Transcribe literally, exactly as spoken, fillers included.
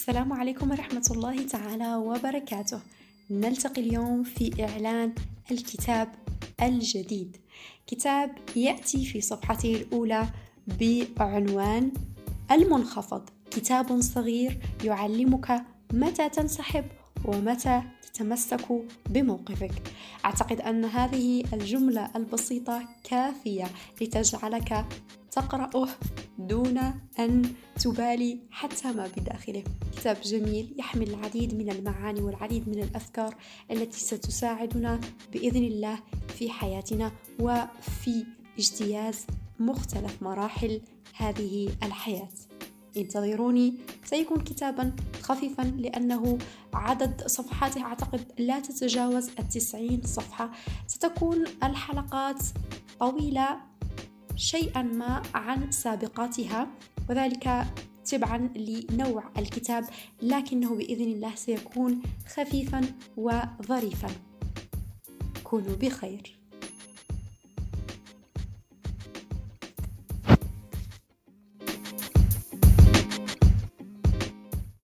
السلام عليكم ورحمة الله تعالى وبركاته. نلتقي اليوم في إعلان الكتاب الجديد، كتاب يأتي في صفحته الأولى بعنوان المنخفض، كتاب صغير يعلمك متى تنسحب ومتى تتمسك بموقفك. أعتقد أن هذه الجملة البسيطة كافية لتجعلك تقرأه دون أن تبالي حتى ما بداخله. كتاب جميل يحمل العديد من المعاني والعديد من الأفكار التي ستساعدنا بإذن الله في حياتنا وفي اجتياز مختلف مراحل هذه الحياة. انتظروني، سيكون كتابا خفيفا لأنه عدد صفحاته أعتقد لا تتجاوز التسعين صفحة. ستكون الحلقات طويلة شيئا ما عن سابقاتها، وذلك تبعا لنوع الكتاب، لكنه بإذن الله سيكون خفيفا وظريفا. كونوا بخير.